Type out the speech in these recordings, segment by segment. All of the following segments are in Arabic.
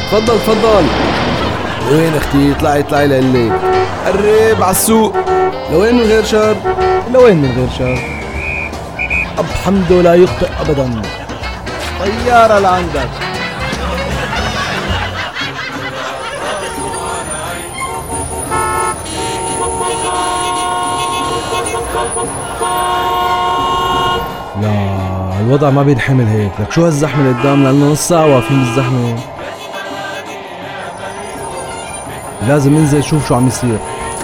تفضل تفضل. لوين اختي؟ اطلعي لقلي. قرب عالسوق. لوين من غير شر؟ لوين من غير شر؟ أب حمده لا يخطئ أبدا. طيارة لعندك. لا الوضع ما بينحمل هيك. لك شو هالزحمة اللي قدامنا؟ لنا نص ساعة واقفين بالزحمة. لازم ننزل نشوف شو عم يصير.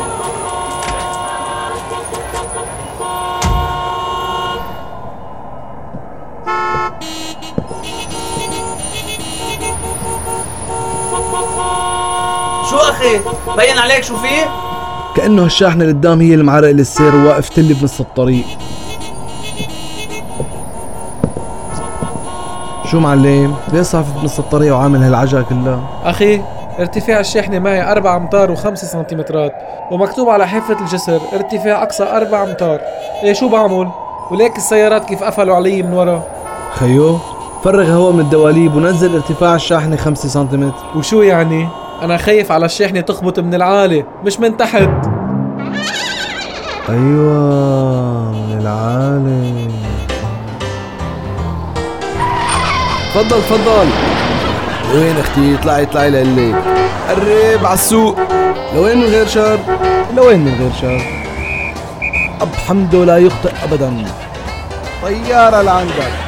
شو اخي؟ بين عليك شو فيه؟ كأنه هالشاحنة اللي قدام هي اللي معرق السير وواقفت لي بنص الطريق. شو معلم؟ ليه صافي بنص الطريق وعامل هالعجقة كلها؟ أخي ارتفاع الشاحنة معي 4 أمتار و5 سنتيمترات، ومكتوب على حافة الجسر ارتفاع أقصى 4 أمتار. إيه شو بعمل؟ وليك السيارات كيف قفلوا علي من ورا. خيو فرغ هواء من الدواليب ونزل ارتفاع الشاحنة 5 سنتيمتر. وشو يعني؟ أنا خايف على الشاحنة تخبط من العالي مش من تحت. أيوة من العالي. تفضل تفضل. وين اختي؟ اطلعي لقلي. قرب عالسوق. لوين من غير شر؟ لوين من غير شر؟ أب حمده لا يخطئ أبدا. طيارة لعندك.